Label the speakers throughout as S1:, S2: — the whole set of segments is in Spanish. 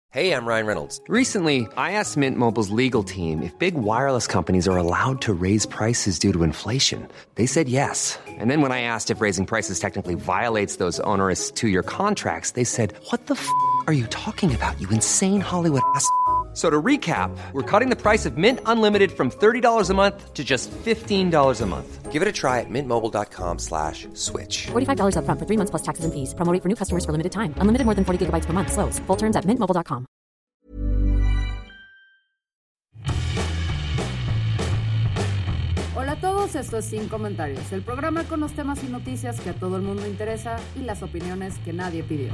S1: Hey, I'm Ryan Reynolds.
S2: Recently, I asked Mint Mobile's legal team if big wireless companies are allowed to raise prices due to inflation. They said yes. And then when I asked if raising prices technically violates those onerous two-year contracts, they said, "What the f*** are you talking about, you insane Hollywood ass?" So to recap, we're cutting the price of Mint Unlimited from $30 a month to just $15 a month.
S1: Give it a try at mintmobile.com/switch.
S3: $45 up front for 3 months plus taxes and fees. Promo rate for new customers for limited time. Unlimited more than 40 gigabytes per month. Slows full terms at mintmobile.com.
S4: Hola a todos, esto es Sin Comentarios, el programa con los temas y noticias que a todo el mundo interesa y las opiniones que nadie pidió.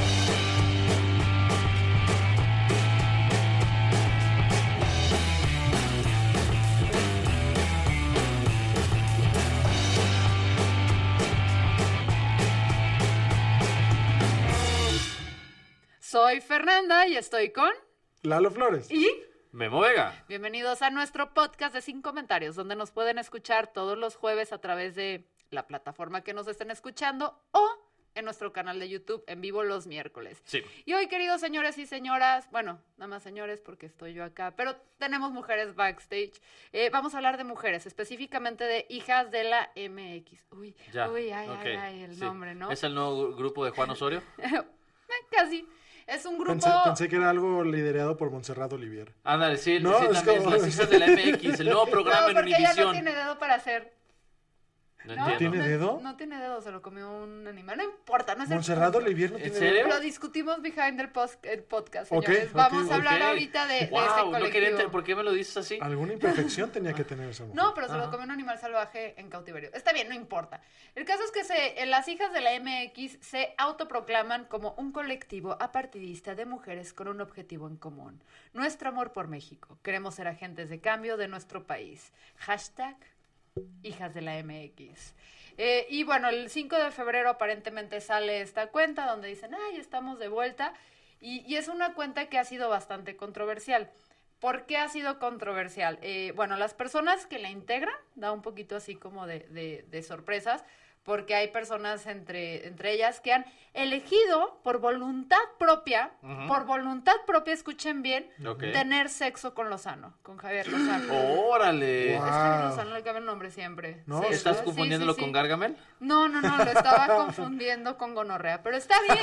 S4: Soy Fernanda y estoy con
S5: Lalo Flores
S4: y
S6: Memo Vega.
S4: Bienvenidos a nuestro podcast de Sin Comentarios, donde nos pueden escuchar todos los jueves a través de la plataforma que nos estén escuchando o en nuestro canal de YouTube en vivo los miércoles.
S6: Sí.
S4: Y hoy, queridos señores y señoras, bueno, nada más señores porque estoy yo acá, pero tenemos mujeres backstage. Vamos a hablar de mujeres, específicamente de hijas de la MX. Uy, el nombre, ¿no?
S6: ¿Es el nuevo grupo de Juan Osorio?
S4: Casi. Es un grupo...
S5: Pensé que era algo liderado por Montserrat Olivier.
S6: Ándale, sí,
S5: No,
S6: sí
S5: es
S6: también,
S5: como-
S6: las hijas de la MX, el nuevo programa en
S4: porque ella
S6: Univisión.
S4: no tiene dedo para hacer.
S6: No
S5: ¿No
S6: entiendo.
S5: tiene dedo?
S4: No tiene dedo, se lo comió un animal. No importa, no es el
S5: Montserrat
S4: punto.
S5: Olivier no
S6: ¿En
S5: tiene
S6: serio?
S4: Lo discutimos behind el podcast,
S5: Ok,
S4: señores.
S5: ok,
S4: Vamos a hablar
S6: Ok.
S4: ahorita de
S6: Wow,
S4: este
S6: no quería
S4: colectivo.
S6: entender, ¿por qué me lo dices así?
S5: Alguna imperfección tenía que tener esa mujer.
S4: No, pero se lo comió un animal salvaje en cautiverio. Está bien, no importa. El caso es que las hijas de la MX se autoproclaman como un colectivo apartidista de mujeres con un objetivo en común. Nuestro amor por México. Queremos ser agentes de cambio de nuestro país. Hashtag hijas de la MX. Y bueno, el 5 de febrero aparentemente sale esta cuenta donde dicen, ay, estamos de vuelta. Y es una cuenta que ha sido bastante controversial. ¿Por qué ha sido controversial? Bueno, las personas que la integran, da un poquito así como de sorpresas, porque hay personas entre ellas que han elegido por voluntad propia, escuchen bien,
S6: Ok.
S4: tener sexo con Lozano, con Javier Lozano.
S6: ¡Órale!
S5: Wow.
S4: Es Javier Lozano, le cambia el nombre siempre.
S5: No,
S4: Sí,
S6: ¿Estás
S4: sí,
S6: confundiéndolo
S4: sí,
S6: con
S4: sí.
S6: Gargamel?
S4: No, lo estaba confundiendo con gonorrea, pero está bien.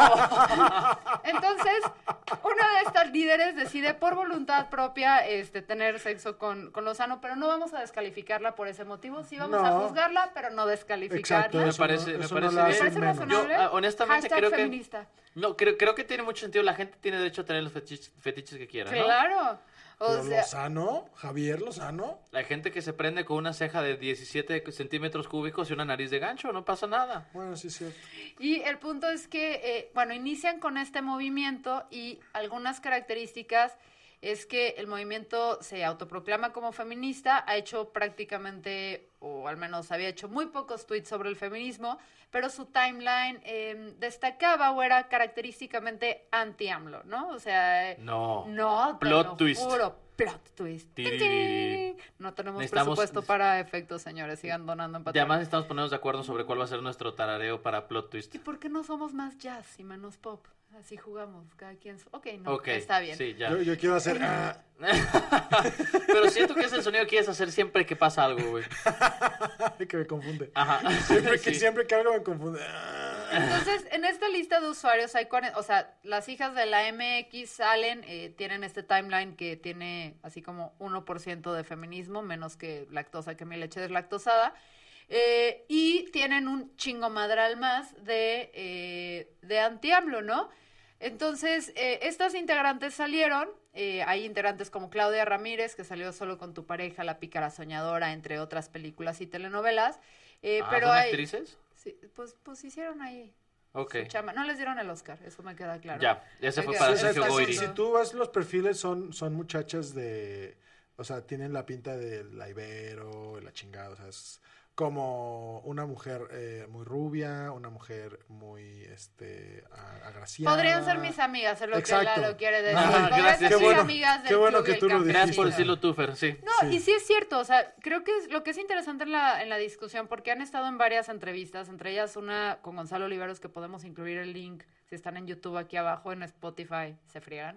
S4: Entonces, una de estas líderes decide por voluntad propia tener sexo con Lozano, pero no vamos a descalificarla por ese motivo. Sí vamos a
S5: No.
S4: juzgarla, pero no descalificarla.
S5: Exacto,
S6: Me
S5: eso
S6: parece-
S5: no,
S6: me
S5: eso
S6: parece
S5: no la
S6: bien.
S5: hace
S4: ¿Me parece
S5: menos.
S4: razonable?
S6: Yo, honestamente,
S4: Hashtag
S6: creo que...
S4: feminista.
S6: No, creo que tiene mucho sentido. La gente tiene derecho a tener los fetiches que quiera, ¿no?
S4: Claro. O
S5: Pero
S4: sea,
S5: Lozano, Javier Lozano.
S6: La gente que se prende con una ceja de 17 centímetros cúbicos y una nariz de gancho, no pasa nada.
S5: Bueno, sí es cierto.
S4: y el punto es que, bueno, inician con este movimiento y algunas características es que el movimiento se autoproclama como feminista, ha hecho prácticamente, o al menos había hecho muy pocos tweets sobre el feminismo, pero su timeline destacaba o era característicamente anti-AMLO, ¿no? O sea,
S6: No.
S4: no, te
S6: Plot
S4: lo
S6: twist.
S4: juro, plot twist.
S6: Tiririri.
S4: No tenemos
S6: Necesitamos-
S4: presupuesto para efectos, señores, sigan donando en
S6: Y
S4: Patreon.
S6: además estamos poniéndonos de acuerdo sobre cuál va a ser nuestro tarareo para plot twist.
S4: ¿Y por qué no somos más jazz y menos pop? Así jugamos, cada quien... Ok, no,
S6: Ok,
S4: está bien.
S6: sí, ya.
S5: Yo quiero hacer...
S6: Pero siento que es el sonido que quieres hacer siempre que pasa algo, güey.
S5: que me confunde.
S6: Ajá. Sí.
S5: Siempre que algo me confunde.
S4: Entonces, en esta lista de usuarios hay... O sea, las hijas de la MX salen, tienen este timeline que tiene así como 1% de feminismo, menos que lactosa, que mi leche deslactosada. Y tienen un chingomadral más de anti-AMLO, ¿no? Entonces, estas integrantes salieron, hay integrantes como Claudia Ramírez, que salió Solo con tu pareja, La pícara soñadora, entre otras películas y telenovelas. Pero
S6: ¿son
S4: hay,
S6: actrices?
S4: Sí, pues hicieron ahí
S6: Ok.
S4: su chama. No les dieron el Oscar, eso me queda claro.
S6: Ya, ese
S4: Me
S6: fue
S4: queda
S6: para
S5: O sea,
S6: Sergio
S4: claro.
S6: Goyri.
S5: si tú ves los perfiles, son muchachas de... O sea, tienen la pinta de la Ibero, la chingada. O sea, es como una mujer muy rubia, una mujer muy agraciada.
S4: Podrían ser mis amigas, es lo
S5: Exacto.
S4: que Lalo quiere decir.
S6: Ah,
S4: Podrían
S6: gracias.
S4: ser
S6: Qué
S4: mis
S6: bueno-
S4: amigas del
S5: qué bueno
S4: Club
S5: que
S4: del
S5: tú lo
S4: Cafecito.
S6: Gracias por
S5: dijiste.
S6: decirlo tú, Fer, sí.
S4: No, y sí es cierto, o sea, creo que lo que es interesante en la discusión, porque han estado en varias entrevistas, entre ellas una con Gonzalo Oliveros, que podemos incluir el link Si están en YouTube aquí abajo, en Spotify, se friegan.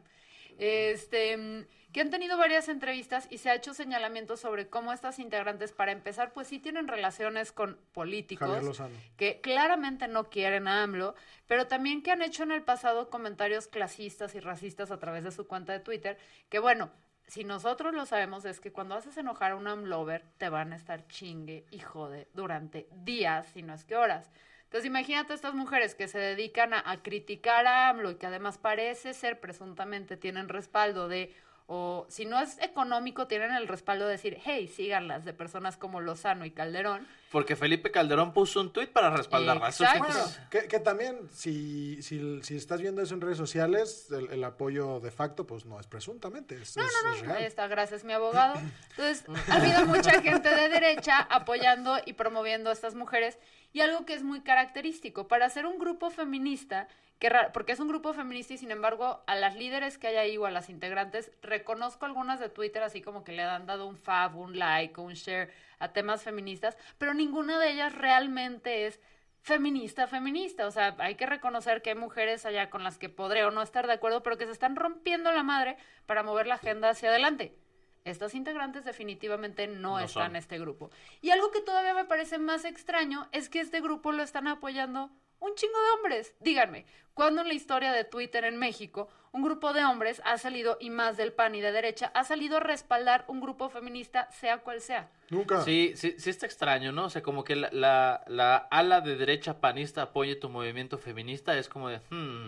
S4: Que han tenido varias entrevistas y se ha hecho señalamientos sobre cómo estas integrantes, para empezar, pues sí tienen relaciones con políticos
S5: Javier Lozano.
S4: que claramente no quieren a AMLO, pero también que han hecho en el pasado comentarios clasistas y racistas a través de su cuenta de Twitter, que bueno, si nosotros lo sabemos es que cuando haces enojar a un AMLover, te van a estar chingue y jode durante días, si no es que horas. Entonces imagínate a estas mujeres que se dedican a criticar a AMLO y que además parece ser presuntamente tienen respaldo de, o si no es económico, tienen el respaldo de decir, hey, síganlas, de personas como Lozano y Calderón.
S6: Porque Felipe Calderón puso un tuit para respaldarla. Eso es
S4: Exacto.
S5: Bueno, que también, si estás viendo eso en redes sociales, el apoyo de facto, pues no es presuntamente, es real.
S4: Ahí está, gracias mi abogado. Entonces, ha habido mucha gente de derecha apoyando y promoviendo a estas mujeres, y algo que es muy característico, para ser un grupo feminista, porque es un grupo feminista y sin embargo a las líderes que hay ahí o a las integrantes, reconozco algunas de Twitter así como que le han dado un fab, un like o un share a temas feministas, pero ninguna de ellas realmente es feminista. O sea, hay que reconocer que hay mujeres allá con las que podré o no estar de acuerdo, pero que se están rompiendo la madre para mover la agenda hacia adelante. Estas integrantes definitivamente no están en este grupo. Y algo que todavía me parece más extraño es que este grupo lo están apoyando un chingo de hombres. Díganme, ¿cuándo en la historia de Twitter en México un grupo de hombres ha salido, y más del PAN y de derecha, ha salido a respaldar un grupo feminista, sea cual sea?
S5: Nunca.
S6: Sí está extraño, ¿no? O sea, como que la ala de derecha panista apoye tu movimiento feminista, es como de...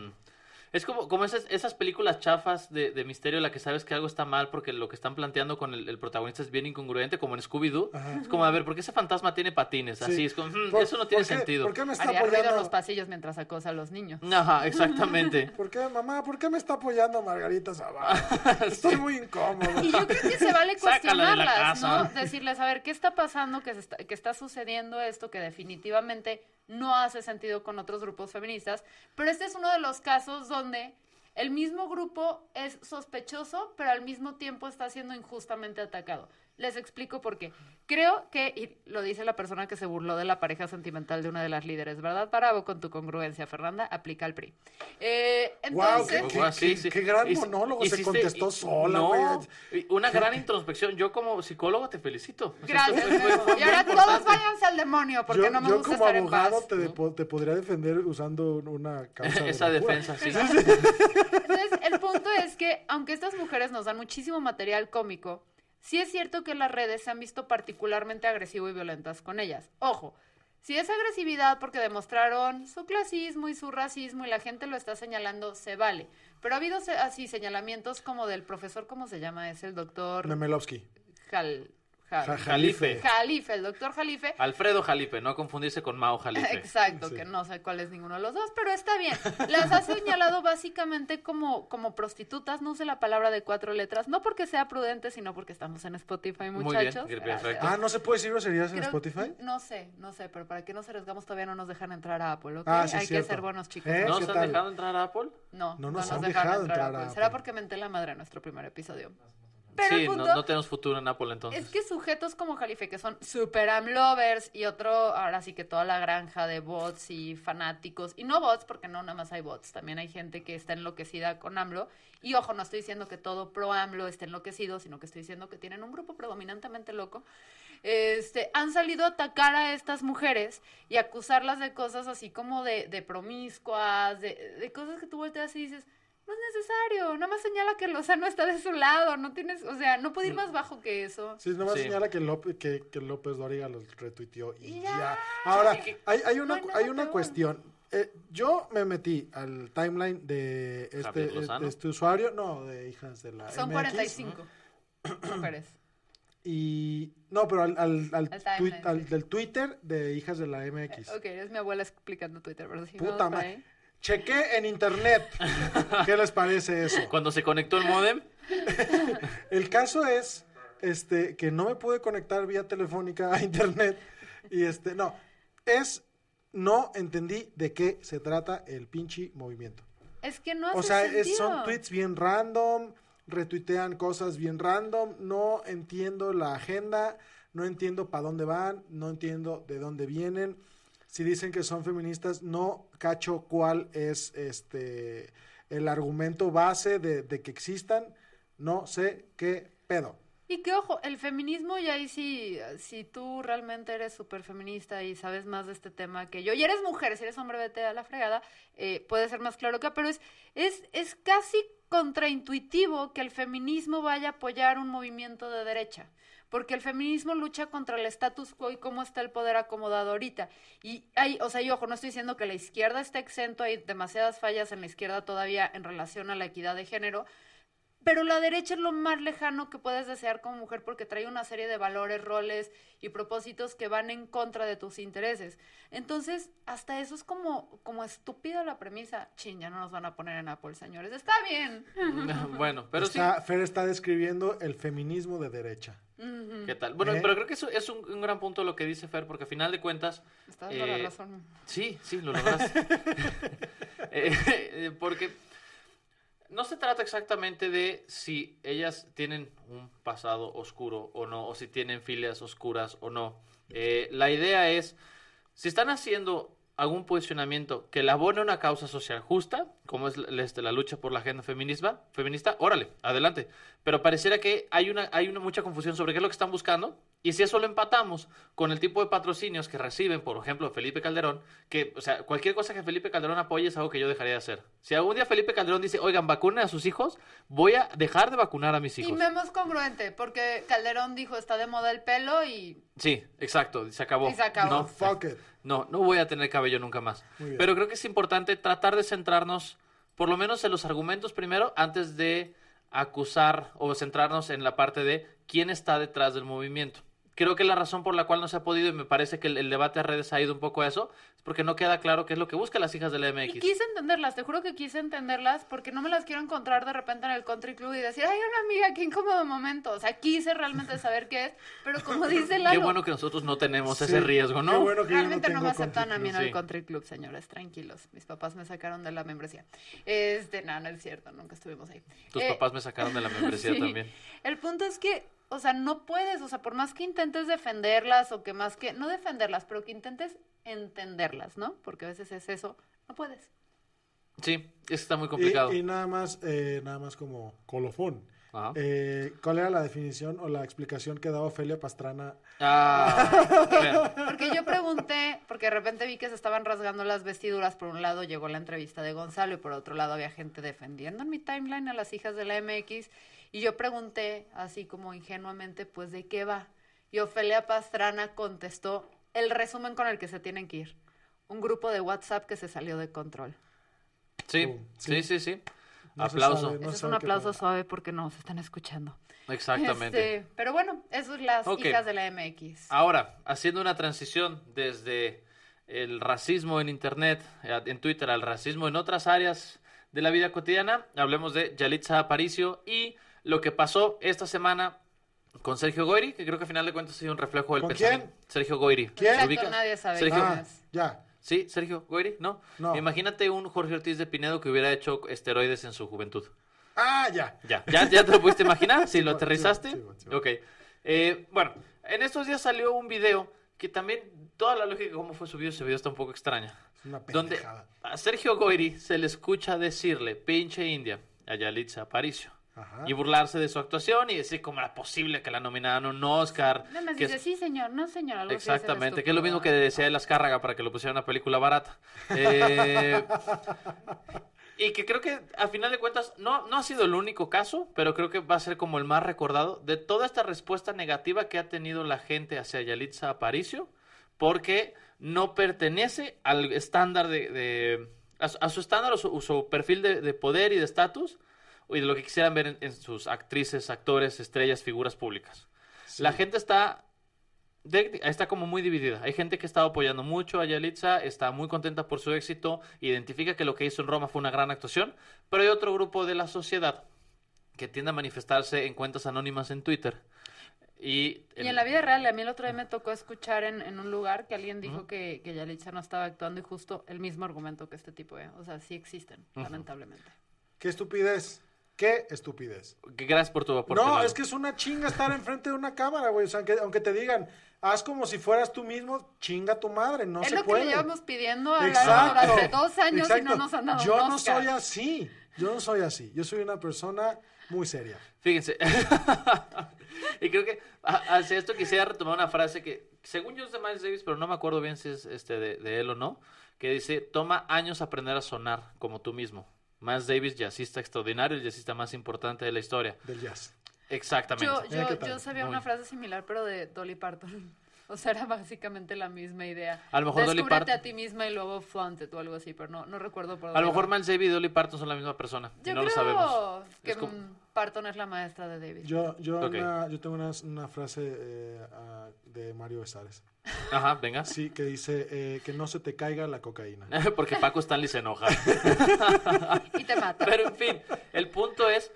S6: Es como esas películas chafas de misterio en la que sabes que algo está mal porque lo que están planteando con el protagonista es bien incongruente, como en Scooby-Doo. Ajá. Es como, a ver, ¿por qué ese fantasma tiene patines?
S5: Sí.
S6: Así, es como, eso no tiene sentido.
S5: ¿Por qué me está
S4: Haría ruido
S5: apoyando
S4: en los pasillos mientras acosa a los niños.
S6: Ajá, exactamente.
S5: ¿Por qué me está apoyando Margarita Zavala? Estoy muy incómodo.
S4: Y yo creo que se vale
S6: Sácala de la
S4: cuestionarlas,
S6: casa.
S4: ¿no? Decirles, a ver, ¿qué está pasando? Que está sucediendo esto que definitivamente no hace sentido con otros grupos feministas. Pero este es uno de los casos donde el mismo grupo es sospechoso, pero al mismo tiempo está siendo injustamente atacado. Les explico por qué. Creo que, y lo dice la persona que se burló de la pareja sentimental de una de las líderes, ¿verdad? Bravo con tu congruencia, Fernanda. Aplica al PRI. Entonces...
S5: Wow, qué gran monólogo. Se contestó sola.
S6: No, una gran introspección. Yo como psicólogo te felicito.
S4: Gracias.
S6: Fue
S4: y ahora
S6: muy
S4: todos
S6: importante.
S4: váyanse al demonio, porque no me gusta estar en paz.
S5: Yo como abogado te podría defender usando una causa
S6: esa
S5: de
S6: defensa, sí.
S4: Entonces, el punto es que, aunque estas mujeres nos dan muchísimo material cómico, sí es cierto que las redes se han visto particularmente agresivas y violentas con ellas. Ojo, si es agresividad porque demostraron su clasismo y su racismo y la gente lo está señalando, se vale. Pero ha habido así señalamientos como del profesor, ¿cómo se llama? Es el doctor...
S5: Memelovsky.
S6: Jalife.
S4: El doctor Jalife.
S6: Alfredo Jalife, no confundirse con Mao Jalife.
S4: Exacto, sí. Que no sé cuál es ninguno de los dos, pero está bien. Las ha señalado básicamente como prostitutas, no sé la palabra de 4 letras, no porque sea prudente, sino porque estamos en Spotify, muchachos.
S6: Muy bien, perfecto.
S5: ¿no se puede decir groserías en Spotify?
S4: No sé, pero para que nos arriesgamos todavía no nos dejan entrar a Apple, ¿ok?
S5: Sí,
S4: hay
S5: cierto.
S4: que ser buenos chicos.
S6: ¿No nos han dejado entrar a Apple?
S4: No
S5: nos
S4: nos dejaron entrar a Apple. Será porque menté la madre en nuestro primer episodio. Pero
S6: sí, no tenemos futuro en Apple entonces.
S4: Es que sujetos como Jalife, que son super AMLovers, y ahora sí que toda la granja de bots y fanáticos, y no bots, porque no nada más hay bots, también hay gente que está enloquecida con AMLO, y ojo, no estoy diciendo que todo pro AMLO esté enloquecido, sino que estoy diciendo que tienen un grupo predominantemente loco, han salido a atacar a estas mujeres y acusarlas de cosas así como de promiscuas, de cosas que tú volteas y dices... No es necesario, nada más señala que Lozano está de su lado, no tienes, o sea, no puede ir más bajo que eso.
S5: Sí, nada más señala que López Dóriga los retuiteó y ya. Ahora, hay una cuestión. Yo me metí al timeline de este usuario, de hijas de la
S4: Son
S5: MX.
S4: 45 mujeres.
S5: Y no, pero del Twitter de hijas de la MX.
S4: Ok, es mi abuela explicando Twitter, pero sí.
S5: Puta madre. Chequé en internet. ¿Qué les parece eso?
S6: Cuando se conectó el módem.
S5: El caso es que no me pude conectar vía telefónica a internet y no entendí de qué se trata el pinche movimiento.
S4: Es que no hace sentido.
S5: Son tweets bien random, retuitean cosas bien random, no entiendo la agenda, no entiendo para dónde van, no entiendo de dónde vienen. si dicen que son feministas, no cacho cuál es el argumento base de que existan, no sé qué pedo.
S4: Y que ojo, el feminismo, y ahí si tú realmente eres súper feminista y sabes más de este tema que yo, y eres mujer, si eres hombre, vete a la fregada, puede ser más claro acá, pero es casi contraintuitivo que el feminismo vaya a apoyar un movimiento de derecha, porque el feminismo lucha contra el status quo y cómo está el poder acomodado ahorita. Y ojo, no estoy diciendo que la izquierda esté exento, hay demasiadas fallas en la izquierda todavía en relación a la equidad de género, pero la derecha es lo más lejano que puedes desear como mujer porque trae una serie de valores, roles y propósitos que van en contra de tus intereses. Entonces, hasta eso es como estúpida la premisa. Chin, ya no nos van a poner en Apple, señores. Está bien.
S6: Bueno, pero
S5: Fer está describiendo el feminismo de derecha.
S6: ¿Qué tal? Bueno, pero creo que eso es un gran punto lo que dice Fer, porque a final de cuentas...
S4: Estás dando la razón.
S6: Sí, lo lograste. Porque... no se trata exactamente de si ellas tienen un pasado oscuro o no, o si tienen filias oscuras o no. La idea es, si están haciendo algún posicionamiento que elabore una causa social justa, como es la lucha por la agenda feminista, órale, adelante. Pero pareciera que hay una mucha confusión sobre qué es lo que están buscando, y si eso lo empatamos con el tipo de patrocinios que reciben, por ejemplo, Felipe Calderón, que, o sea, cualquier cosa que Felipe Calderón apoye es algo que yo dejaría de hacer. Si algún día Felipe Calderón dice, oigan, vacunen a sus hijos, voy a dejar de vacunar a mis hijos.
S4: Y Memo es congruente, porque Calderón dijo, está de moda el pelo y...
S6: Sí, exacto, se acabó.
S4: Y se acabó.
S6: No,
S5: Fuck it.
S6: no voy a tener cabello nunca más.
S5: Muy bien.
S6: Pero creo que es importante tratar de centrarnos, por lo menos en los argumentos primero, antes de acusar o centrarnos en la parte de quién está detrás del movimiento. Creo que la razón por la cual no se ha podido, y me parece que el debate a redes ha ido un poco a eso, es porque no queda claro qué es lo que buscan las hijas de la MX.
S4: Y quise entenderlas, te juro que quise entenderlas, porque no me las quiero encontrar de repente en el country club y decir, ay, una amiga, qué incómodo momento. O sea, quise realmente saber qué es, pero como dice Lalo...
S6: Qué bueno que nosotros no tenemos
S5: Sí,
S6: ese riesgo, ¿no?
S5: Qué bueno que
S4: Realmente
S5: yo
S4: no
S5: no
S4: me
S5: tengo
S4: aceptan a mí en
S5: country
S4: el country club, señores, tranquilos. Mis papás me sacaron de la membresía. No es cierto, nunca estuvimos ahí.
S6: Tus papás me sacaron de la membresía
S4: Sí.
S6: también.
S4: El punto es que, o sea, no puedes, o sea, por más que intentes defenderlas o que más que, no defenderlas, pero que intentes entenderlas, ¿no? Porque a veces es eso, no puedes.
S6: Sí, es que está muy complicado.
S5: Y nada más como colofón.
S6: Ajá.
S5: ¿Cuál era la definición o la explicación que daba Ofelia Pastrana?
S6: Bueno,
S4: Porque yo pregunté, porque de repente vi que se estaban rasgando las vestiduras, por un lado llegó la entrevista de Gonzalo y por otro lado había gente defendiendo en mi timeline a las hijas de la MX y yo pregunté, así como ingenuamente, pues ¿de qué va? Y Ofelia Pastrana contestó el resumen con el que se tienen que ir. Un grupo de WhatsApp que se salió de control.
S6: sí.
S5: No se
S6: Aplauso.
S5: sabe, no
S4: Ese es
S5: sabe
S4: un
S5: qué
S4: aplauso
S5: pedo.
S4: suave porque no se están escuchando.
S6: Exactamente.
S4: Pero bueno, eso es las
S6: Ok.
S4: hijas de la MX.
S6: Ahora, haciendo una transición desde el racismo en Internet, en Twitter, al racismo en otras áreas de la vida cotidiana, hablemos de Yalitza Aparicio y lo que pasó esta semana con Sergio Goyri, que creo que al final de cuentas ha sido un reflejo del
S5: ¿Con
S6: pensamiento.
S5: quién?
S6: Sergio Goyri.
S5: ¿Quién?
S6: ¿Lo
S4: Exacto,
S6: ubicas?
S4: nadie sabe
S6: Sergio.
S4: quién es.
S5: Ya.
S6: ¿Sí? ¿Sergio Goyri? ¿No?
S5: No.
S6: Imagínate un Jorge Ortiz de Pinedo que hubiera hecho esteroides en su juventud.
S5: Ya.
S6: ¿Ya te lo pudiste imaginar? ¿Si lo aterrizaste?
S5: Sí.
S6: Ok. Bueno, en estos días salió un video que también toda la lógica de cómo fue subido, ese video está un poco extraña.
S5: Es una
S6: Donde
S5: pendejada.
S6: a Sergio Goyri se le escucha decirle pinche india a Yalitza Aparicio.
S5: Ajá.
S6: Y burlarse de su actuación y decir cómo era posible que la nominaran a un Oscar.
S4: Nada más
S6: que
S4: dice,
S6: es-
S4: sí, señor, no, señor. Algo así dice el
S6: Exactamente, que es lo mismo que
S4: estúpido.
S6: decía el Azcárraga para que lo pusiera en una película barata. Y que creo que a final de cuentas no ha sido el único caso, pero creo que va a ser como el más recordado de toda esta respuesta negativa que ha tenido la gente hacia Yalitza Aparicio, porque no pertenece al estándar a su estándar o su perfil de poder y de estatus y de lo que quisieran ver en sus actrices, actores, estrellas, figuras públicas. La gente está como muy dividida. Hay gente que está apoyando mucho a Yalitza, está muy contenta por su éxito, identifica que lo que hizo en Roma fue una gran actuación, pero hay otro grupo de la sociedad que tiende a manifestarse en cuentas anónimas en Twitter. Y
S4: Y en la vida real, a mí el otro día me tocó escuchar en un lugar que alguien dijo que Yalitza no estaba actuando y justo el mismo argumento que este tipo, O sea, sí existen, lamentablemente.
S5: Qué estupidez. Qué estupidez.
S6: Gracias por tu aporte.
S5: No,
S6: Lalo.
S5: es que es una chinga estar enfrente de una cámara, güey. O sea, aunque te digan, haz como si fueras tú mismo, chinga tu madre, no
S4: Es
S5: se
S4: lo
S5: puede.
S4: que le llevamos pidiendo a
S5: Exacto,
S4: durante 2 años y
S5: exacto.
S4: no nos han dado
S5: Yo
S4: un
S5: no
S4: Oscar.
S5: soy así. Yo soy una persona muy seria.
S6: Fíjense. Y creo que hacia esto quisiera retomar una frase que, según yo, es de Miles Davis, pero no me acuerdo bien si es de él o no, que dice, toma años aprender a sonar como tú mismo. Miles Davis, jazzista extraordinario, el jazzista más importante de la historia.
S5: Del jazz.
S6: Exactamente.
S5: Mira qué tal.
S4: Yo sabía
S6: Muy.
S4: una frase similar, pero de Dolly Parton. O sea, era básicamente la misma idea.
S6: A lo mejor Dolly
S4: Descúbrete
S6: Parton-
S4: a ti misma y luego flaunt it o algo así, pero no recuerdo por
S6: A
S4: dónde
S6: lo mejor
S4: iba.
S6: Miles Davis y Dolly Parton son la misma persona. Y
S4: Yo
S6: no lo
S4: creo
S6: sabemos.
S4: que
S6: Es como-
S4: Parton es la maestra de David.
S5: Yo
S6: Ok.
S5: tengo una frase de Mario Besares.
S6: Ajá, venga.
S5: Sí, que dice que no se te caiga la cocaína.
S6: Porque Paco Stanley se enoja.
S4: Y te mata.
S6: Pero en fin, el punto es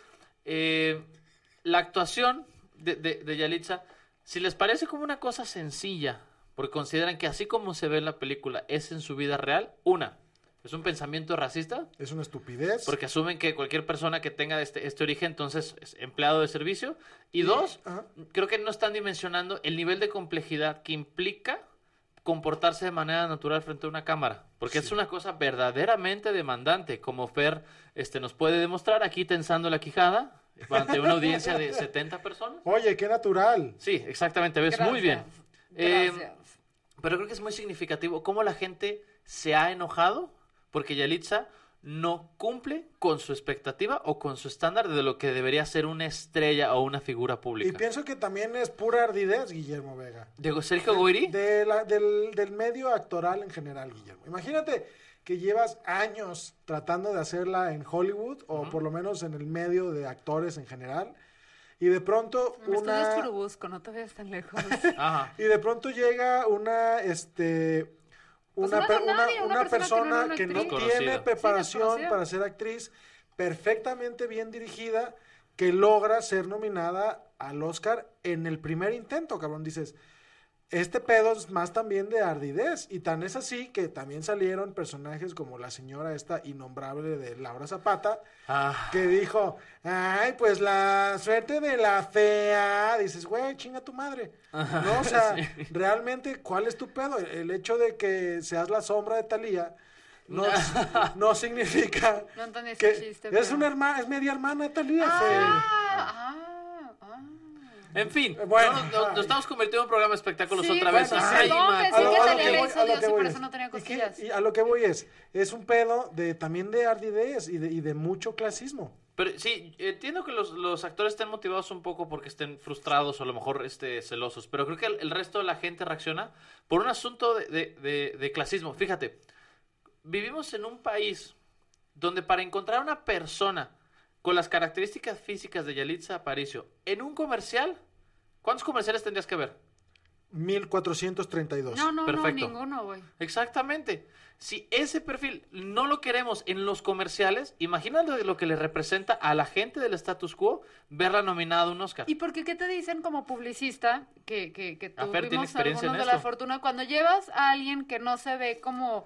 S6: la actuación de Yalitza. Si les parece como una cosa sencilla, porque consideran que así como se ve en la película es en su vida real, es un pensamiento racista,
S5: Es una estupidez.
S6: porque asumen que cualquier persona que tenga este origen entonces es empleado de servicio. Y dos,
S5: Ajá.
S6: creo que no están dimensionando el nivel de complejidad que implica comportarse de manera natural frente a una cámara, porque es una cosa verdaderamente demandante, como Fer nos puede demostrar aquí tensando la quijada ante una audiencia de 70 personas.
S5: Oye, qué natural.
S6: Sí, exactamente, ves muy bien.
S4: Gracias.
S6: Pero creo que es muy significativo cómo la gente se ha enojado porque Yalitza no cumple con su expectativa o con su estándar de lo que debería ser una estrella o una figura
S5: Y
S6: pública.
S5: pienso que también es pura ardidez, Guillermo Vega.
S6: Diego Sergio Goyri,
S5: Del medio actoral en general, Guillermo. Imagínate que llevas años tratando de hacerla en Hollywood, o por lo menos en el medio de actores en general, y de pronto
S4: Me estudias Churubusco, no te vayas tan lejos.
S6: ajá,
S5: y de pronto llega una
S4: Pues no era nadie, una persona
S5: persona que no
S6: actriz.
S5: tiene
S6: Desconocida.
S5: preparación
S4: Sí, desconocida.
S5: para ser actriz, perfectamente bien dirigida, que logra ser nominada al Oscar en el primer intento, cabrón. Dices, este pedo es más también de ardidez, y tan es así que también salieron personajes como la señora esta innombrable de Laura Zapata, que dijo, ay, pues la suerte de la fea. Dices, güey, chinga tu madre. No, o sea, realmente, ¿cuál es tu pedo? El hecho de que seas la sombra de Thalía no significa
S4: No entendí ese
S5: que
S4: chiste,
S5: es
S4: pero-
S5: una hermana, es media hermana de Thalía.
S6: en fin,
S5: Bueno,
S6: nos estamos convirtiendo en un programa de espectáculos
S4: Sí,
S6: otra vez.
S4: bueno,
S6: Ay,
S4: perdón,
S6: Max.
S4: pensé que
S5: a
S4: Thalía
S5: lo
S4: le
S5: voy-
S4: hizo
S5: a lo
S4: Dios
S5: que
S4: y por
S5: voy
S4: eso
S5: es-
S4: no tenía
S5: y que-
S4: costillas.
S5: y a lo que voy es un pedo también de ardidez y de mucho clasismo.
S6: Pero sí, entiendo que los actores estén motivados un poco porque estén frustrados o a lo mejor celosos, pero creo que el resto de la gente reacciona por un asunto de clasismo. Fíjate, vivimos en un país donde para encontrar una persona con las características físicas de Yalitza Aparicio en un comercial, ¿cuántos comerciales tendrías que ver?
S5: 1432.
S4: No,
S6: Perfecto.
S4: ninguno, güey.
S6: Exactamente. Si ese perfil no lo queremos en los comerciales, imagínate lo que le representa a la gente del status quo verla nominada a un Oscar.
S4: ¿Y por qué te dicen como publicista que
S6: A Fer tiene
S4: tuvimos
S6: experiencia
S4: algunos
S6: en
S4: de la
S6: esto.
S4: fortuna cuando llevas a alguien que no se ve como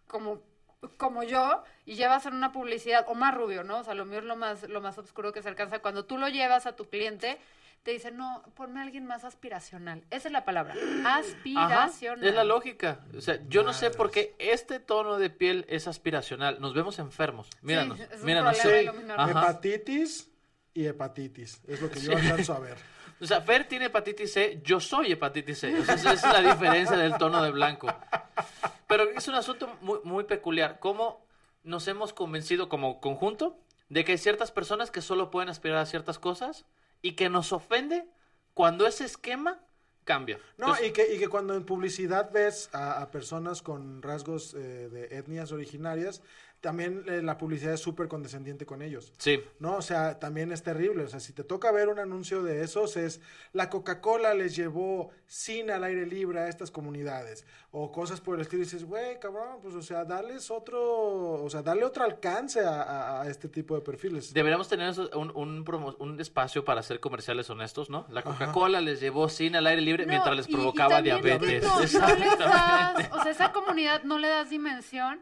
S4: yo y llevas en una publicidad o más rubio, ¿no? O sea, lo mío es lo más oscuro que se alcanza. Cuando tú lo llevas a tu cliente, te dicen, no, ponme a alguien más aspiracional. Esa es la palabra,
S6: Ajá,
S4: aspiracional.
S6: es la lógica. O sea, yo no sé por qué este tono de piel es aspiracional. Nos vemos enfermos. Míranos,
S4: Sí, es un
S6: míranos.
S4: problema
S5: Sí,
S4: iluminar.
S6: Ajá.
S5: hepatitis y hepatitis. Es lo que yo alcanzo a ver.
S6: O sea, Fer tiene hepatitis C, yo soy hepatitis C. O sea, esa es la diferencia del tono de blanco. Pero es un asunto muy, muy peculiar. ¿Cómo nos hemos convencido como conjunto de que hay ciertas personas que solo pueden aspirar a ciertas cosas y que nos ofende cuando ese esquema cambia?
S5: No,
S6: Entonces,
S5: y que cuando en publicidad ves a personas con rasgos de etnias originarias, también la publicidad es súper condescendiente con ellos.
S6: sí.
S5: No, o sea, también es terrible. O sea, si te toca ver un anuncio de esos, es la Coca-Cola les llevó cine al aire libre a estas comunidades. O cosas por el estilo. Y dices, güey, cabrón, pues, o sea, dale otro alcance a este tipo de perfiles.
S6: Deberíamos tener un espacio para hacer comerciales honestos, ¿no? La Coca-Cola les llevó cine al aire libre
S4: No,
S6: mientras les
S4: y
S6: provocaba
S4: también que
S6: diabetes.
S4: no les
S6: Exactamente.
S4: das, o sea, esa comunidad no le das dimensión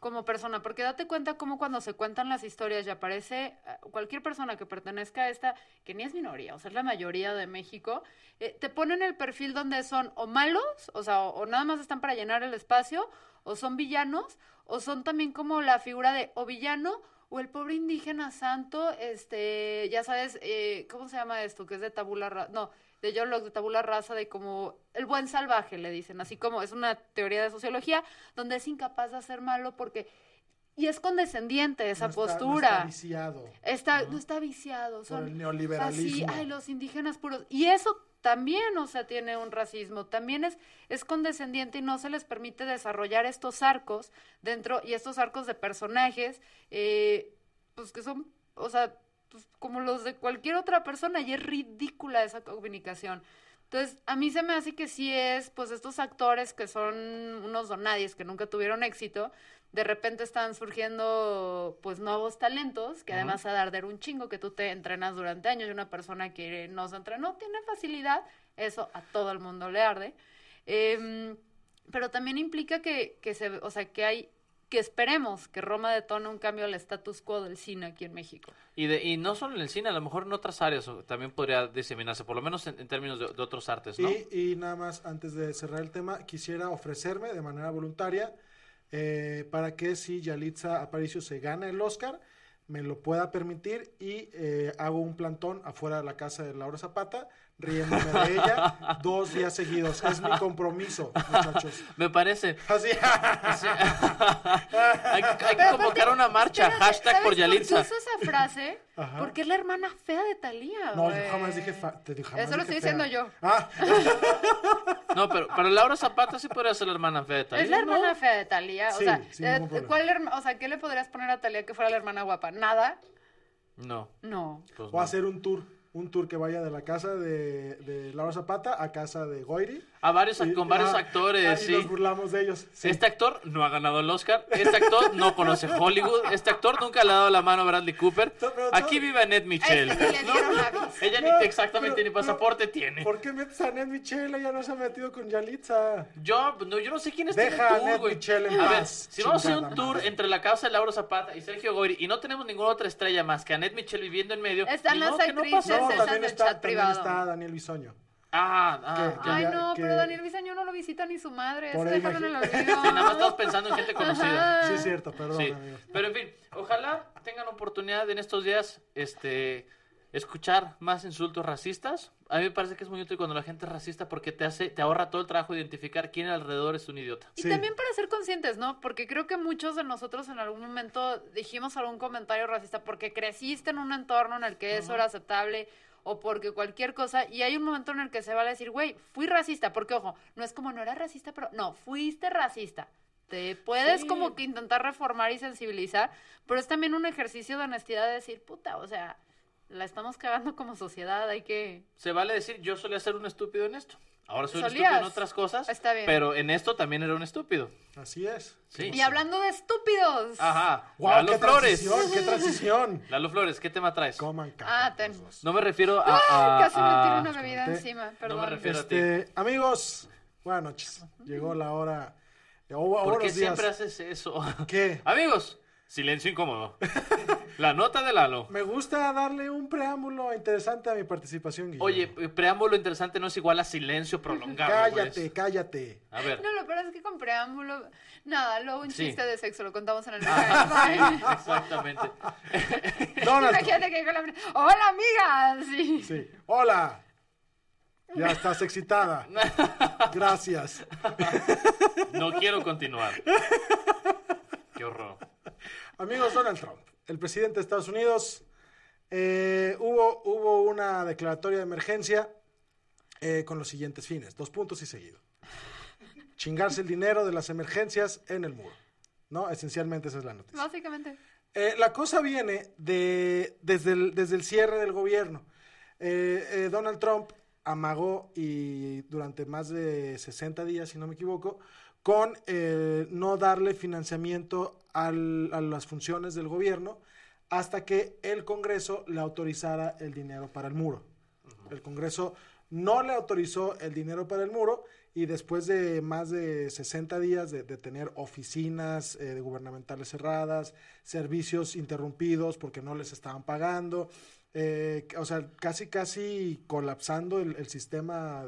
S4: como persona, porque date cuenta cómo cuando se cuentan las historias y aparece cualquier persona que pertenezca a esta, que ni es minoría, o sea, es la mayoría de México, te ponen el perfil donde son o malos, o sea, o nada más están para llenar el espacio, o son villanos, o son también como la figura de o villano, o el pobre indígena santo, ya sabes, ¿cómo se llama esto? Que es de tabula rasa, no, de John Locke, de tabula rasa, de como el buen salvaje, le dicen, así como es una teoría de sociología, donde es incapaz de hacer malo porque... Y es condescendiente esa postura.
S5: No está viciado.
S4: No está viciado. Son
S5: por el neoliberalismo.
S4: así, los indígenas puros. Y eso también, o sea, tiene un racismo. También es condescendiente y no se les permite desarrollar estos arcos dentro, y estos arcos de personajes, pues que son, o sea, pues, como los de cualquier otra persona, y es ridícula esa comunicación. Entonces, a mí se me hace que sí es, pues, estos actores que son unos donadies que nunca tuvieron éxito, de repente están surgiendo, pues, nuevos talentos, que además a dar un chingo, que tú te entrenas durante años, y una persona que no se entrenó tiene facilidad, eso a todo el mundo le arde, pero también implica que esperemos que Roma detone un cambio al status quo del cine aquí en México.
S6: Y no solo en el cine, a lo mejor en otras áreas también podría diseminarse, por lo menos en términos de otros artes, ¿no?
S5: Y nada más, antes de cerrar el tema, quisiera ofrecerme de manera voluntaria para que si Yalitza Aparicio se gana el Oscar, me lo pueda permitir y hago un plantón afuera de la casa de Laura Zapata, riéndome de ella 2 días seguidos. Es mi compromiso, muchachos.
S6: Me parece.
S5: Así.
S6: Sí. Hay que convocar una marcha, hashtag por Yalitza.
S4: ¿Sabes por qué uso esa frase? Ajá. Porque es la hermana fea de Thalía.
S5: No, yo jamás dije
S4: eso lo estoy diciendo yo.
S6: No, pero Laura Zapata sí podría ser la hermana fea de Thalía.
S4: Es la hermana fea de Thalía.
S5: Sí,
S4: ¿qué le podrías poner a Thalía que fuera la hermana guapa? ¿Nada?
S6: No.
S4: Pues
S5: o hacer un tour que vaya de la casa de Laura Zapata a casa de Goyri.
S6: Con varios actores, sí.
S5: Y nos burlamos de ellos. Sí.
S6: Este actor no ha ganado el Oscar. Este actor no conoce Hollywood. Este actor nunca le ha dado la mano a Bradley Cooper. Aquí vive Annette Michel. Ella ni pasaporte tiene.
S5: ¿Por qué metes a Annette Michel? Ella no se ha metido con Yalitza.
S6: Yo no sé quién es.
S5: Deja a Annette Michel en paz.
S6: A ver, si vamos a hacer un tour entre la casa de Laura Zapata y Sergio Goyri y no tenemos ninguna otra estrella más que Annette Michel viviendo en medio.
S4: Están las actrices.
S5: También está Daniel Bisoño.
S4: Pero Daniel Bisoño no lo visita ni su madre. Eso déjalo en el olvido.
S6: Sí, nada más estamos pensando en gente conocida.
S5: Sí, es cierto, perdón,
S6: sí.
S5: Amigo.
S6: Pero en fin, ojalá tengan oportunidad en estos días, escuchar más insultos racistas. A mí me parece que es muy útil cuando la gente es racista porque te ahorra todo el trabajo de identificar quién alrededor es un idiota.
S4: Y también para ser conscientes, ¿no? Porque creo que muchos de nosotros en algún momento dijimos algún comentario racista porque creciste en un entorno en el que eso era aceptable, o porque cualquier cosa, y hay un momento en el que se vale decir, güey, fui racista, porque ojo, no es como no era racista, pero no, fuiste racista. Te puedes como que intentar reformar y sensibilizar, pero es también un ejercicio de honestidad de decir, puta, o sea, la estamos cagando como sociedad, hay que...
S6: Se vale decir, yo solía ser un estúpido en esto. Ahora soy un estúpido en otras cosas,
S4: está bien,
S6: pero en esto también era un estúpido.
S5: Así es.
S6: Sí.
S4: Y hablando de estúpidos.
S6: Ajá.
S5: Wow,
S6: Lalo Flores.
S5: ¡Qué transición!
S6: Lalo Flores, ¿qué tema traes?
S5: Coman caca.
S6: No me refiero a...
S4: Casi me tiro una bebida encima, perdón.
S6: No me refiero a ti.
S5: Amigos, buenas noches. Llegó la hora.
S6: ¿Por qué siempre haces eso?
S5: ¿Qué?
S6: Amigos, silencio incómodo. La nota de Lalo.
S5: Me gusta darle un preámbulo interesante a mi participación, Guillermo.
S6: Oye, preámbulo interesante no es igual a silencio prolongado.
S5: Cállate.
S6: A ver.
S4: No, lo peor es que con preámbulo... Nada, luego un chiste de sexo, lo contamos en el
S6: sí, exactamente.
S4: Imagínate que con la... ¡Hola, amiga!
S5: Sí. ¡Hola! Ya estás excitada. Gracias.
S6: No quiero continuar. Qué horror.
S5: Amigos, Donald Trump, el presidente de Estados Unidos, hubo una declaratoria de emergencia con los siguientes fines, 2 puntos y seguido. Chingarse el dinero de las emergencias en el muro, ¿no? Esencialmente esa es la noticia.
S4: Básicamente.
S5: La cosa viene desde el cierre del gobierno. Donald Trump amagó y durante más de 60 días, si no me equivoco, con no darle financiamiento a las funciones del gobierno hasta que el Congreso le autorizara el dinero para el muro. El Congreso no le autorizó el dinero para el muro y después de más de 60 días de tener oficinas gubernamentales cerradas, servicios interrumpidos porque no les estaban pagando, o sea, casi colapsando el sistema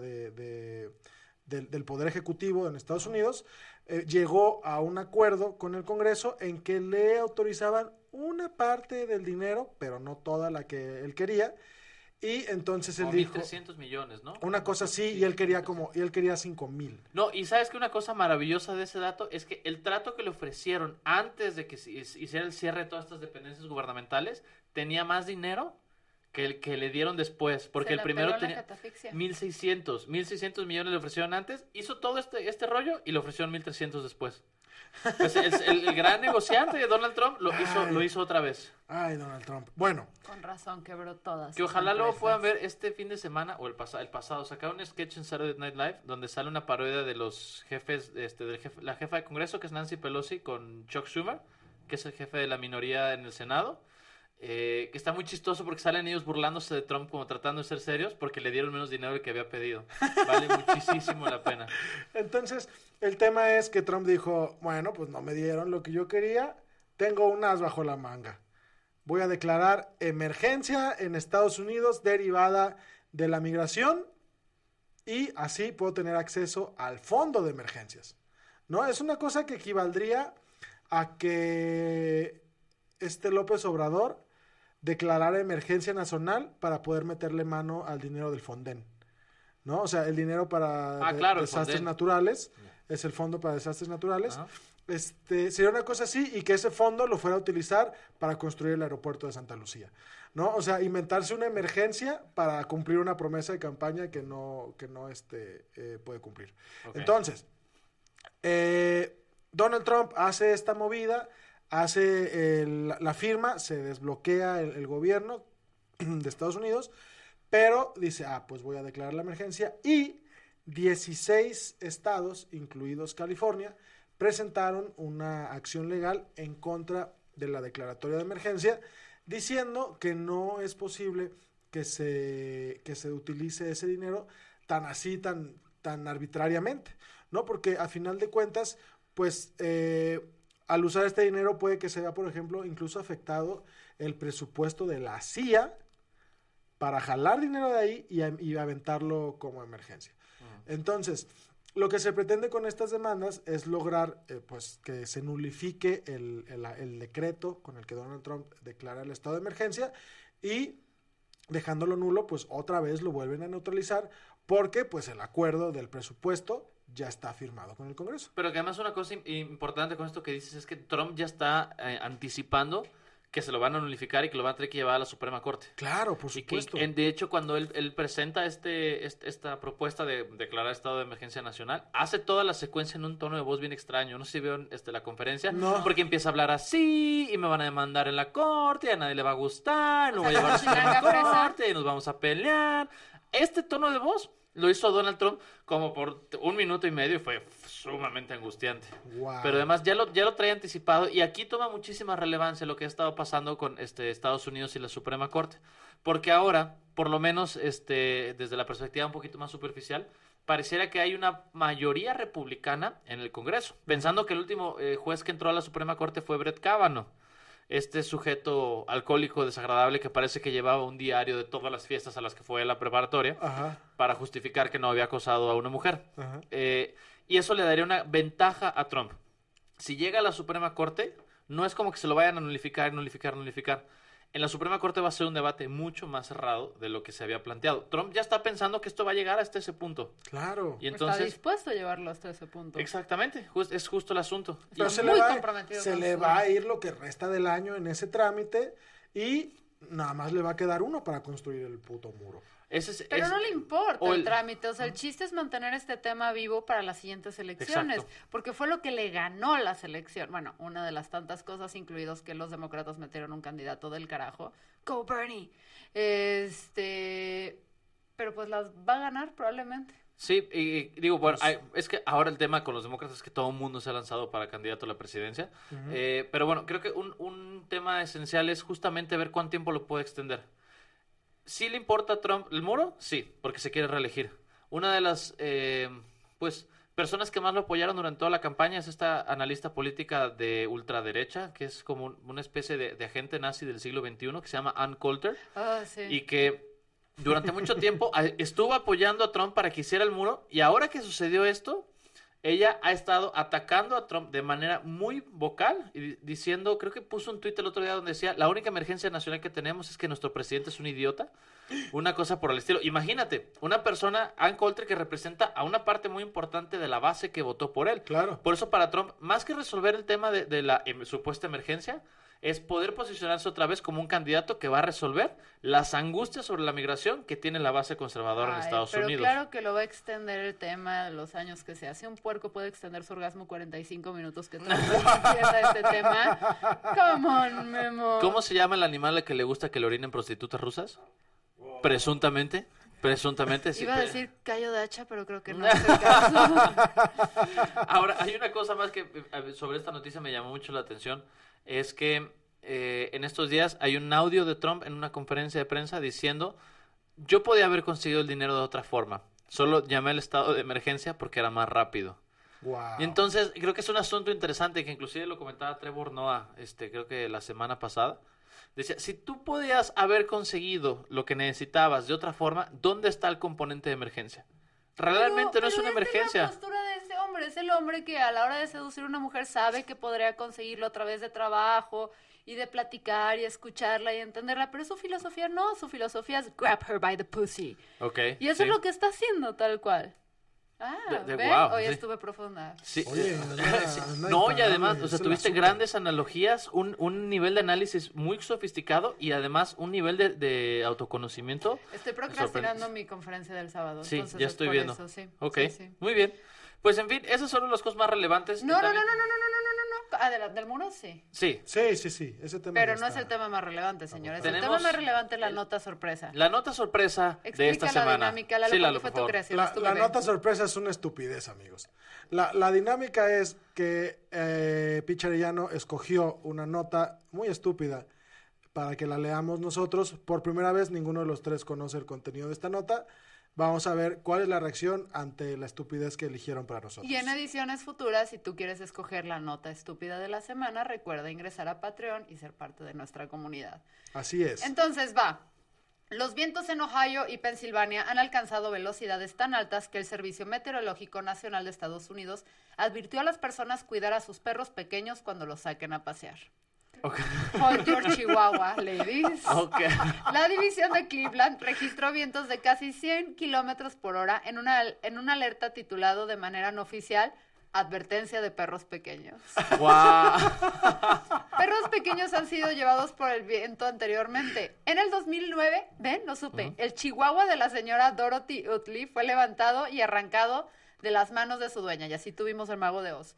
S5: del Poder Ejecutivo en Estados Unidos, llegó a un acuerdo con el Congreso en que le autorizaban una parte del dinero, pero no toda la que él quería. Y entonces él dijo
S6: 1.300 millones, ¿no?
S5: una cosa así, y él quería 5,000.
S6: No, y sabes que una cosa maravillosa de ese dato es que el trato que le ofrecieron antes de que se hiciera el cierre de todas estas dependencias gubernamentales tenía más dinero que el que le dieron después, porque el primero tenía 1.600 millones le ofrecieron antes, hizo todo este rollo y le ofrecieron 1.300 después. Pues el gran negociante de Donald Trump lo hizo otra vez.
S5: Ay, Donald Trump. Bueno.
S4: Con razón quebró todas.
S6: Que ojalá luego puedan ver este fin de semana o el pasado. Sacaron un sketch en Saturday Night Live donde sale una parodia de los jefes, la jefa de Congreso, que es Nancy Pelosi, con Chuck Schumer, que es el jefe de la minoría en el Senado. Que está muy chistoso porque salen ellos burlándose de Trump como tratando de ser serios porque le dieron menos dinero del que había pedido. Vale muchísimo la pena.
S5: Entonces, el tema es que Trump dijo, bueno, pues no me dieron lo que yo quería, tengo un as bajo la manga. Voy a declarar emergencia en Estados Unidos derivada de la migración y así puedo tener acceso al fondo de emergencias. ¿No? Es una cosa que equivaldría a que López Obrador declarar emergencia nacional para poder meterle mano al dinero del Fonden, ¿no? O sea, el dinero para desastres naturales, es el fondo para desastres naturales.
S6: Ajá.
S5: Sería una cosa así, y que ese fondo lo fuera a utilizar para construir el aeropuerto de Santa Lucía, ¿no? O sea, inventarse una emergencia para cumplir una promesa de campaña que no puede cumplir. Okay. Entonces, Donald Trump hace esta movida, hace la firma, se desbloquea el gobierno de Estados Unidos, pero dice, pues voy a declarar la emergencia, y 16 estados, incluidos California, presentaron una acción legal en contra de la declaratoria de emergencia, diciendo que no es posible que se utilice ese dinero tan arbitrariamente, ¿no? Porque a final de cuentas, pues al usar este dinero puede que se vea, por ejemplo, incluso afectado el presupuesto de la CIA para jalar dinero de ahí y aventarlo como emergencia. Entonces, lo que se pretende con estas demandas es lograr pues que se nulifique el decreto con el que Donald Trump declara el estado de emergencia, y dejándolo nulo, pues otra vez lo vuelven a neutralizar porque pues el acuerdo del presupuesto ya está firmado con el Congreso.
S6: Pero que además una cosa importante con esto que dices es que Trump ya está anticipando que se lo van a nulificar y que lo van a tener que llevar a la Suprema Corte.
S5: Claro, por supuesto.
S6: Y que, de hecho, cuando él presenta esta propuesta de declarar estado de emergencia nacional, hace toda la secuencia en un tono de voz bien extraño. No sé si vieron la conferencia, porque empieza a hablar así y me van a demandar en la corte y a nadie le va a gustar, lo voy a llevar a la Suprema Corte y nos vamos a pelear. Este tono de voz lo hizo Donald Trump como por 1 minuto y medio y fue sumamente angustiante. Wow. Pero además ya lo traía anticipado, y aquí toma muchísima relevancia lo que ha estado pasando con Estados Unidos y la Suprema Corte. Porque ahora, por lo menos desde la perspectiva un poquito más superficial, pareciera que hay una mayoría republicana en el Congreso. Pensando que el último juez que entró a la Suprema Corte fue Brett Kavanaugh. Este sujeto alcohólico desagradable que parece que llevaba un diario de todas las fiestas a las que fue a la preparatoria. Ajá. Para justificar que no había acosado a una mujer. Y eso le daría una ventaja a Trump. Si llega a la Suprema Corte, no es como que se lo vayan a nulificar. En la Suprema Corte va a ser un debate mucho más cerrado de lo que se había planteado. Trump ya está pensando que esto va a llegar hasta ese punto.
S5: Claro.
S6: Y entonces,
S4: está dispuesto a llevarlo hasta ese punto.
S6: Exactamente, es justo el asunto.
S5: Pero se le va a ir lo que resta del año en ese trámite, y nada más le va a quedar uno para construir el puto muro.
S4: Pero no le importa el trámite, o sea, el chiste es mantener este tema vivo para las siguientes elecciones. Exacto. Porque fue lo que le ganó la selección. Bueno, una de las tantas cosas, incluidos que los demócratas metieron un candidato del carajo, Go Bernie, pero pues las va a ganar probablemente.
S6: Sí, y digo, bueno, es que ahora el tema con los demócratas es que todo el mundo se ha lanzado para candidato a la presidencia, pero bueno, creo que un tema esencial es justamente ver cuánto tiempo lo puede extender. ¿Sí le importa a Trump el muro? Sí, porque se quiere reelegir. Una de las pues, personas que más lo apoyaron durante toda la campaña es esta analista política de ultraderecha, que es como una especie de agente nazi del siglo XXI, que se llama Ann Coulter,
S4: Sí.
S6: y que durante mucho tiempo estuvo apoyando a Trump para que hiciera el muro, y ahora que sucedió esto, ella ha estado atacando a Trump de manera muy vocal, y diciendo, creo que puso un tuit el otro día donde decía, la única emergencia nacional que tenemos es que nuestro presidente es un idiota, una cosa por el estilo. Imagínate, una persona, Ann Coulter, que representa a una parte muy importante de la base que votó por él.
S5: Claro.
S6: Por eso para Trump, más que resolver el tema de la supuesta emergencia, es poder posicionarse otra vez como un candidato que va a resolver las angustias sobre la migración que tiene la base conservadora en Estados
S4: pero
S6: Unidos.
S4: Claro que lo va a extender el tema los años que sea. Si un puerco puede extender su orgasmo 45 minutos, que Trump entienda este tema. Come on, Memo.
S6: ¿Cómo se llama el animal al que le gusta que le orinen prostitutas rusas? Presuntamente. Sí.
S4: Iba a decir callo de hacha, pero creo que no es el caso.
S6: Ahora, hay una cosa más que sobre esta noticia me llamó mucho la atención, es que en estos días hay un audio de Trump en una conferencia de prensa diciendo, yo podía haber conseguido el dinero de otra forma, solo llamé al estado de emergencia porque era más rápido.
S5: Wow.
S6: Y entonces creo que es un asunto interesante que inclusive lo comentaba Trevor Noah, creo que la semana pasada. Decía, si tú podías haber conseguido lo que necesitabas de otra forma, ¿dónde está el componente de emergencia? Realmente no es una emergencia.
S4: La postura de ese hombre es el hombre que a la hora de seducir a una mujer sabe que podría conseguirlo a través de trabajo y de platicar y escucharla y entenderla, pero su filosofía no, su filosofía es grab her by the pussy.
S6: Okay,
S4: y eso es lo que está haciendo tal cual. ¿Ven?
S6: Wow,
S4: Hoy
S6: sí.
S4: estuve profunda.
S6: Sí.
S5: Oye,
S6: No, y además,
S5: es el
S6: tuviste
S5: azúcar.
S6: grandes analogías, un nivel de análisis muy sofisticado y además un nivel de autoconocimiento.
S4: Estoy procrastinando mi conferencia del sábado.
S6: Sí,
S4: entonces
S6: ya
S4: es
S6: estoy
S4: por
S6: viendo.
S4: eso, sí.
S6: Ok,
S4: Sí.
S6: muy bien. Pues en fin, esas son las cosas más relevantes.
S4: No.
S6: También-
S4: ¿Del muro? Sí.
S6: Sí,
S5: Sí, ese tema
S4: Pero
S5: ya
S4: no es
S5: está.
S4: el tema más relevante, señores.
S6: Tenemos
S4: el tema más relevante es la nota sorpresa.
S6: la nota sorpresa de
S4: Explica
S6: esta
S4: la
S6: semana.
S4: dinámica, Lalo,
S6: Sí,
S4: porque
S6: Lalo,
S4: fue
S6: por
S4: tu
S6: favor.
S4: creación.
S5: La,
S4: es tu
S5: la
S4: bebé.
S5: nota sorpresa es una estupidez, amigos. La dinámica es que Pichi Arellano escogió una nota muy estúpida para que la leamos nosotros. Por primera vez, ninguno de los tres conoce el contenido de esta nota. Vamos a ver cuál es la reacción ante la estupidez que eligieron para nosotros.
S4: Y en ediciones futuras, si tú quieres escoger la nota estúpida de la semana, recuerda ingresar a Patreon y ser parte de nuestra comunidad.
S5: Así es.
S4: Entonces va. Los vientos en Ohio y Pensilvania han alcanzado velocidades tan altas que el Servicio Meteorológico Nacional de Estados Unidos advirtió a las personas cuidar a sus perros pequeños cuando los saquen a pasear.
S6: Ok.
S4: Hold your chihuahua, ladies.
S6: Ok.
S4: La división de Cleveland registró vientos de casi 100 kilómetros por hora en una alerta titulado de manera no oficial Advertencia de perros pequeños.
S6: Guau.
S4: Perros pequeños han sido llevados por el viento anteriormente. En el 2009, ven, lo supe, el chihuahua de la señora Dorothy Utley fue levantado y arrancado de las manos de su dueña, y así tuvimos el mago de Oz.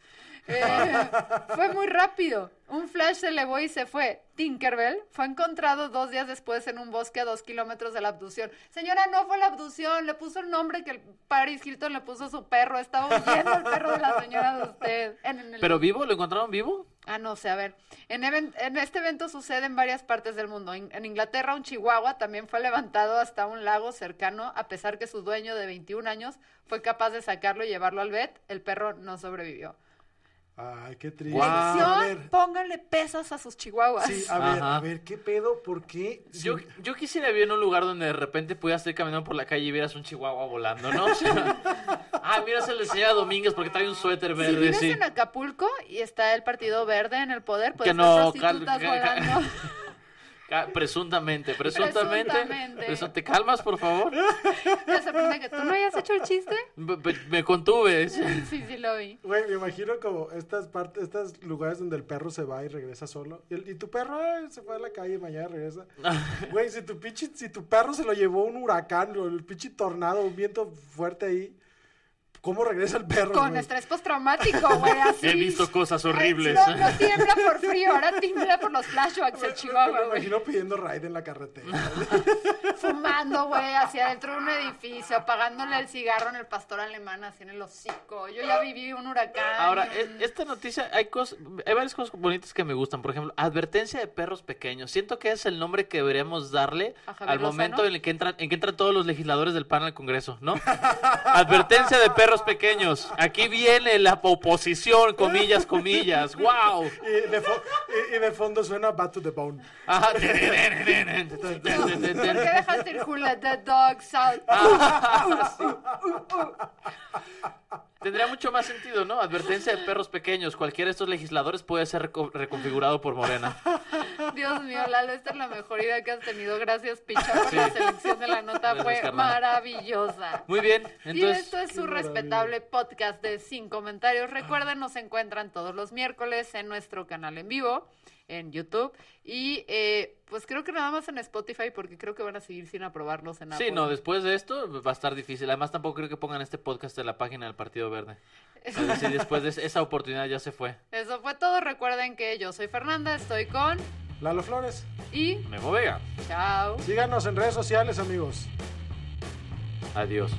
S4: Fue muy rápido. Un flash se elevó y se fue. Tinkerbell fue encontrado 2 días después en un bosque a 2 kilómetros de la abducción. Señora, no fue la abducción, le puso el nombre que el Paris Hilton le puso a su perro. Estaba huyendo el perro de la señora de usted.
S6: ¿Pero vivo? ¿Lo encontraron vivo?
S4: No sé, a ver. En este evento sucede en varias partes del mundo. En Inglaterra, un chihuahua también fue levantado hasta un lago cercano, a pesar que su dueño de 21 años fue capaz de sacarlo y llevarlo al vet. El perro no sobrevivió.
S5: Ay, qué triste.
S6: Guau.
S5: A ver,
S4: Lección, pónganle pesas a sus chihuahuas.
S5: sí,
S6: Ajá.
S5: a ver, ¿qué pedo? ¿Por qué?
S6: Yo,
S5: Sí.
S6: yo quisiera vivir en un lugar donde de repente pudieras ir caminando por la calle y vieras un chihuahua volando, ¿no? O sea, mira, se le señora Domínguez porque trae un suéter
S4: Si
S6: verde,
S4: vives
S6: sí.
S4: en Acapulco y está el Partido Verde en el poder, pues
S6: Que no,
S4: prostitutas volando.
S6: Presuntamente. ¿Te calmas, por favor?
S4: ¿Te sorprende que tú no hayas hecho el chiste?
S6: Me contuve.
S4: Sí, lo vi.
S5: Güey, me imagino como estos lugares donde el perro se va y regresa solo. Y tu perro se fue a la calle y mañana regresa. Güey, si tu perro se lo llevó un huracán o el pinche tornado, un viento fuerte ahí, ¿cómo regresa el perro?
S4: Con
S5: güey?
S4: estrés postraumático, güey, así.
S6: He visto cosas horribles.
S4: No tiembla por frío, ahora tiembla por los flashbacks el chihuahua,
S5: Me
S4: güey.
S5: imagino pidiendo ride en la carretera.
S4: volando, güey, hacia dentro de un edificio, apagándole el cigarro en el pastor alemán, así en el hocico. Yo ya viví un huracán.
S6: Ahora, esta noticia, hay varias cosas bonitas que me gustan. Por ejemplo, advertencia de perros pequeños. Siento que es el nombre que deberíamos darle al momento en el que entran todos los legisladores del PAN al Congreso, ¿no? Advertencia de perros pequeños. Aquí viene la oposición, comillas, comillas. ¡Wow!
S5: Y de fondo suena Bad to the Bone.
S6: Ajá.
S4: ¿Por qué dejaste ir Who Let the Dogs Out?
S6: Tendría mucho más sentido, ¿no? Advertencia de perros pequeños. Cualquiera de estos legisladores puede ser reconfigurado por Morena.
S4: Dios mío, Lalo, esta es la mejor idea que has tenido. Gracias, Picha, por la selección de la nota.
S6: Gracias,
S4: Fue
S6: carnal.
S4: maravillosa.
S6: Muy bien,
S4: Y
S6: entonces...
S4: esto es su respetable podcast de Sin Comentarios. Recuerden, nos encuentran todos los miércoles en nuestro canal en vivo, en YouTube. Y pues creo que nada más en Spotify, porque creo que van a seguir sin aprobarnos en Apple.
S6: Sí, no, después de esto va a estar difícil. Además, tampoco creo que pongan este podcast en la página del Partido Verde. Es decir, después de esa oportunidad ya se fue.
S4: Eso fue todo. Recuerden que yo soy Fernanda, estoy con...
S5: Lalo Flores.
S4: Y...
S6: Memo Vega.
S4: Chao.
S5: Síganos en redes sociales, amigos.
S6: Adiós.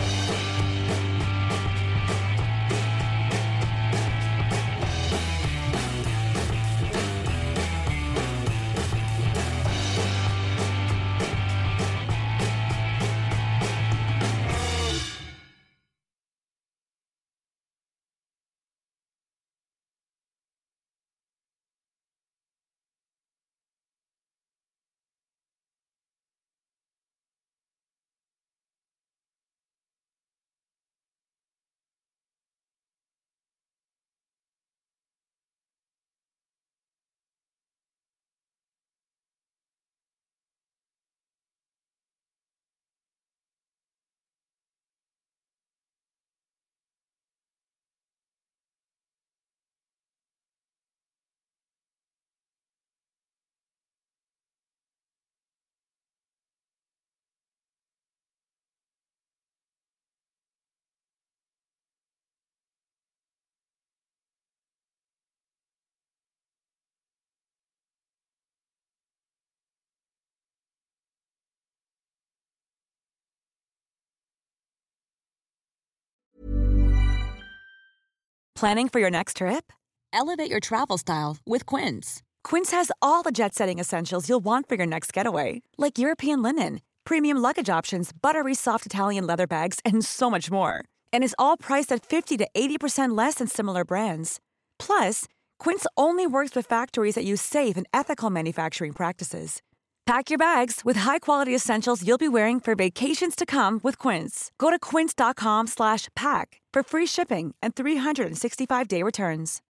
S7: Planning for your next trip? Elevate your travel style with Quince. Quince has all the jet-setting essentials you'll want for your next getaway, like European linen, premium luggage options, buttery soft Italian leather bags, and so much more. And is all priced at 50 to 80% less than similar brands. Plus, Quince only works with factories that use safe and ethical manufacturing practices. Pack your bags with high-quality essentials you'll be wearing for vacations to come with Quince. Go to quince.com/pack for free shipping and 365-day returns.